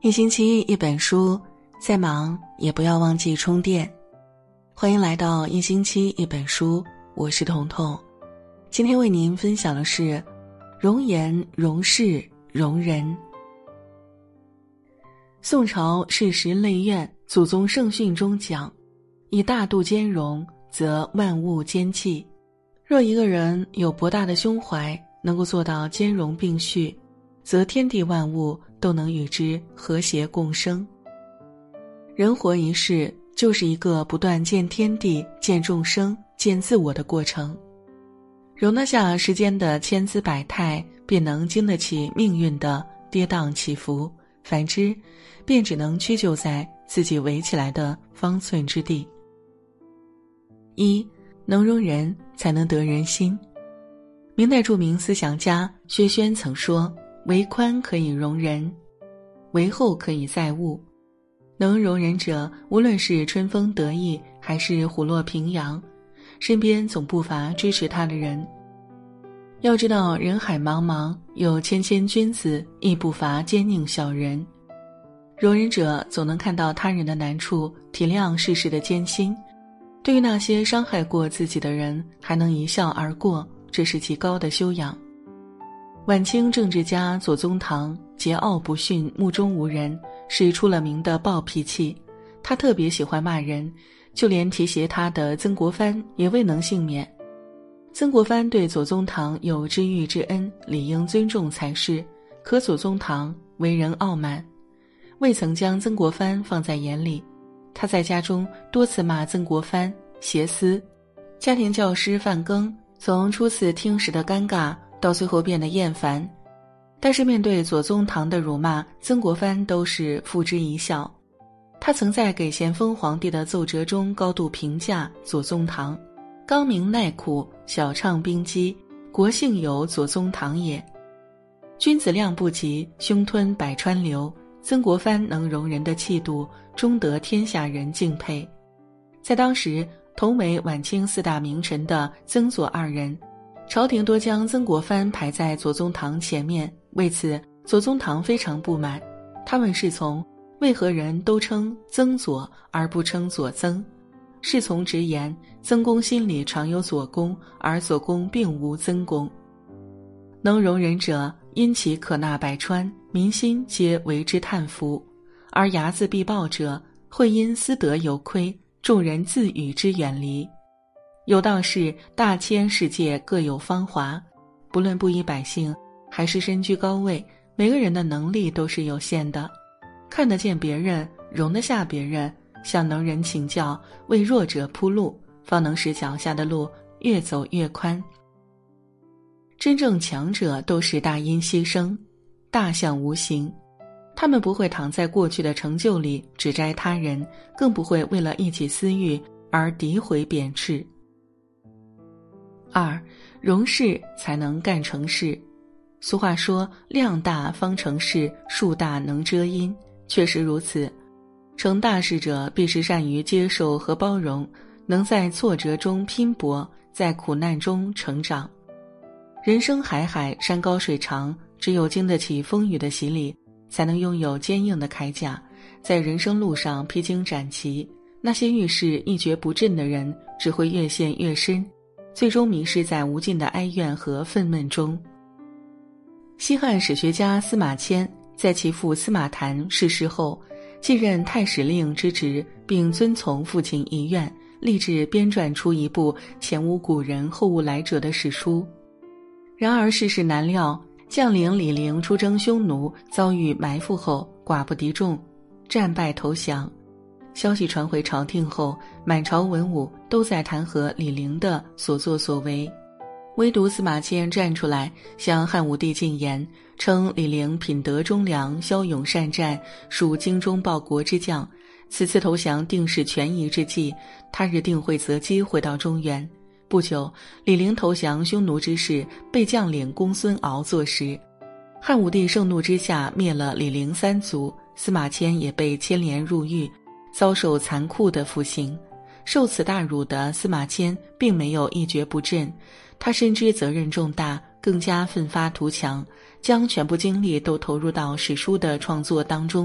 一星期一本书，再忙也不要忘记充电。欢迎来到一星期一本书，我是彤彤。今天为您分享的是容颜、容事、容人。宋朝世时类苑祖宗圣训中讲，以大度兼容，则万物兼济。若一个人有博大的胸怀，能够做到兼容并蓄，则天地万物都能与之和谐共生。人活一世，就是一个不断见天地、见众生、见自我的过程。容得下世间的千姿百态，便能经得起命运的跌宕起伏；反之，便只能屈就在自己围起来的方寸之地。一，能容人，才能得人心。明代著名思想家薛轩曾说，为宽可以容人，为厚可以载物。能容人者，无论是春风得意，还是虎落平阳，身边总不乏支持他的人。要知道人海茫茫，有谦谦君子，亦不乏奸佞小人。容人者总能看到他人的难处，体谅世事的艰辛。对于那些伤害过自己的人，还能一笑而过，这是极高的修养。晚清政治家左宗棠桀骜不驯，目中无人，是出了名的暴脾气。他特别喜欢骂人，就连提携他的曾国藩也未能幸免。曾国藩对左宗棠有知遇之恩，理应尊重才是，可左宗棠为人傲慢，未曾将曾国藩放在眼里。他在家中多次骂曾国藩邪私。家庭教师范庚从初次听时的尴尬到最后变得厌烦，但是面对左宗棠的辱骂，曾国藩都是付之一笑。他曾在给咸丰皇帝的奏折中高度评价左宗棠，刚明耐苦，晓畅兵机，国幸有左宗棠也。君子量不及，胸吞百川流。曾国藩能容人的气度，终得天下人敬佩。在当时同为晚清四大名臣的曾左二人，朝廷多将曾国藩排在左宗棠前面，为此左宗棠非常不满。他问侍从，为何人都称曾左而不称左曾？侍从直言，曾公心里常有左公，而左公并无曾公。能容人者，因其可纳百川，民心皆为之叹服；而睚眦必报者，会因私德有亏，众人自与之远离。有道是，大千世界各有芳华，不论布衣百姓还是身居高位，每个人的能力都是有限的。看得见别人，容得下别人，向能人请教，为弱者铺路，方能使脚下的路越走越宽。真正强者都是大因牺牲，大象无形。他们不会躺在过去的成就里指摘他人，更不会为了一己私欲而诋毁贬斥。二，容事才能干成事。俗话说，量大方成事，树大能遮阴，确实如此。成大事者必是善于接受和包容，能在挫折中拼搏，在苦难中成长。人生海海，山高水长，只有经得起风雨的洗礼，才能拥有坚硬的铠甲，在人生路上披荆斩棘。那些遇事一蹶不振的人，只会越陷越深，最终迷失在无尽的哀怨和愤懑中。西汉史学家司马迁在其父司马谈逝世后，继任太史令之职，并遵从父亲遗愿，立志编撰出一部前无古人后无来者的史书。然而世事难料，将领李陵出征匈奴，遭遇埋伏后寡不敌众，战败投降。消息传回朝廷后，满朝文武都在弹劾李陵的所作所为，唯独司马迁站出来向汉武帝进言，称李陵品德忠良，骁勇善战，属精忠报国之将，此次投降定是权宜之计，他日定会择机回到中原。不久，李陵投降匈奴之事被将领公孙敖坐实，汉武帝盛怒之下灭了李陵三族，司马迁也被牵连入狱，遭受残酷的服刑。受此大辱的司马迁并没有一蹶不振，他深知责任重大，更加奋发图强，将全部精力都投入到史书的创作当中，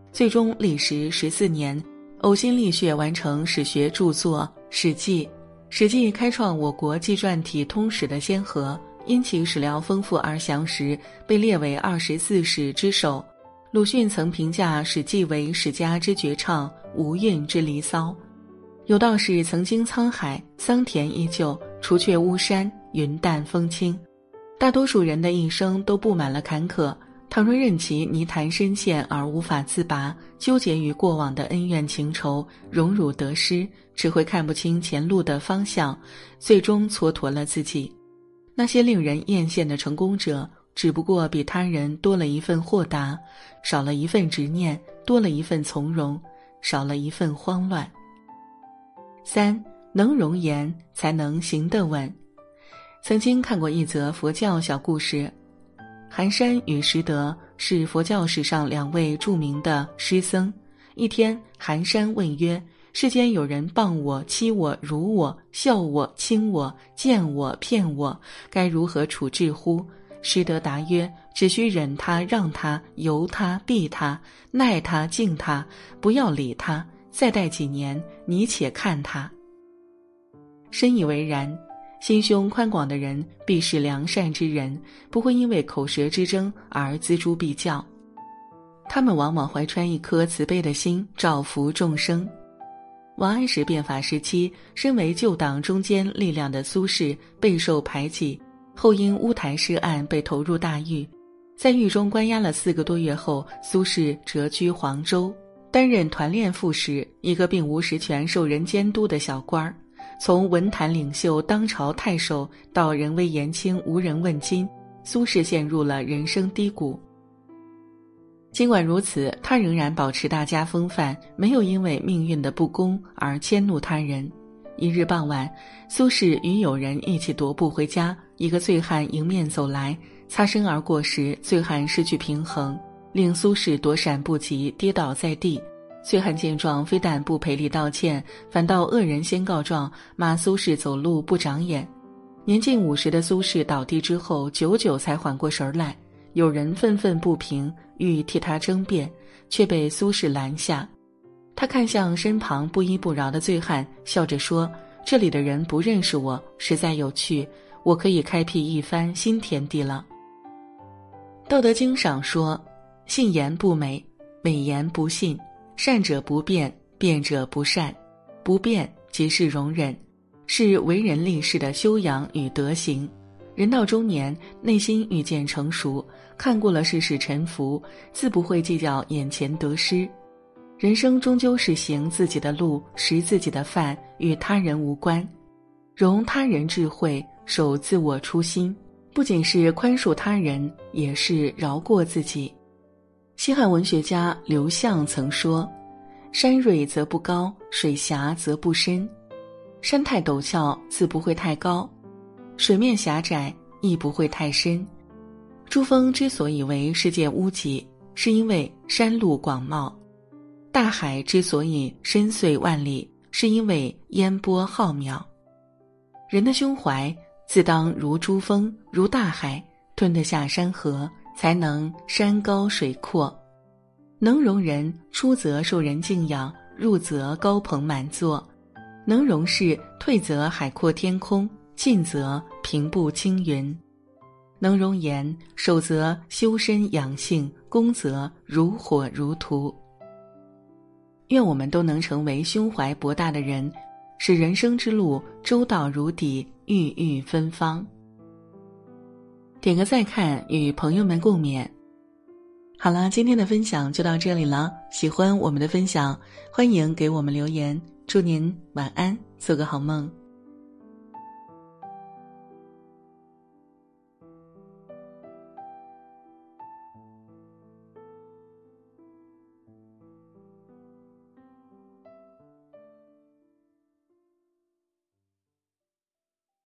最终历时14年，呕心沥血完成史学著作《史记》。《史记》开创我国纪传体通史的先河，因其史料丰富而详实，被列为24史之首。鲁迅曾评价《史记》为史家之绝唱，无韵之离骚。有道是曾经沧海，桑田依旧，除却巫山，云淡风轻。大多数人的一生都布满了坎坷，倘若任其泥潭深陷而无法自拔，纠结于过往的恩怨情仇，荣辱得失，只会看不清前路的方向，最终蹉跎了自己。那些令人艳羡的成功者，只不过比他人多了一份豁达，少了一份执念，多了一份从容，少了一份慌乱。3. 能容颜，才能行得稳。曾经看过一则佛教小故事，寒山与拾得是佛教史上2位著名的师僧。一天，寒山问曰：世间有人谤我、欺我、辱我、笑我、轻我、贱我、骗我，该如何处置乎？拾得答曰：只需忍他、让他、由他、避他、耐他、敬他，不要理他，再待几年，你且看他。深以为然，心胸宽广的人必是良善之人，不会因为口舌之争而锱铢必较。他们往往怀揣一颗慈悲的心，造福众生。王安石变法时期，身为旧党中坚力量的苏轼备受排挤，后因乌台诗案被投入大狱。在狱中关押了4个多月后，苏轼谪居黄州，担任团练副使，一个并无实权受人监督的小官儿。从文坛领袖、当朝太守到人微言轻、无人问津，苏轼陷入了人生低谷。尽管如此，他仍然保持大家风范，没有因为命运的不公而迁怒他人。一日傍晚，苏轼与友人一起踱步回家，一个醉汉迎面走来，擦身而过时，醉汉失去平衡，令苏轼躲闪不及，跌倒在地。醉汉见状，非但不赔礼道歉，反倒恶人先告状，骂苏轼走路不长眼。年近50的苏轼倒地之后，久久才缓过神来。有人愤愤不平，欲替他争辩，却被苏轼拦下。他看向身旁不依不饶的醉汉，笑着说：这里的人不认识我，实在有趣，我可以开辟一番新天地了。道德经上说：信言不美，美言不信，善者不辩，辩者不善。不辩即是容忍，是为人立事的修养与德行。人到中年，内心愈渐成熟，看过了世事沉浮，自不会计较眼前得失。人生终究是行自己的路，食自己的饭，与他人无关。容他人智慧，守自我初心，不仅是宽恕他人，也是饶过自己。西汉文学家刘向曾说：山锐则不高，水狭则不深。山太陡峭，自不会太高；水面狭窄，亦不会太深。珠峰之所以为世界屋脊，是因为山路广袤；大海之所以深邃万里，是因为烟波浩渺。人的胸怀自当如珠峰，如大海，吞得下山河，才能山高水阔。能容人，出则受人敬仰，入则高朋满座。能容事，退则海阔天空，进则平步青云。能容颜，守则修身养性，攻则如火如荼。愿我们都能成为胸怀博大的人，使人生之路周到如砥，郁郁芬芳。点个再看，与朋友们共勉。好了，今天的分享就到这里了。喜欢我们的分享，欢迎给我们留言。祝您晚安，做个好梦。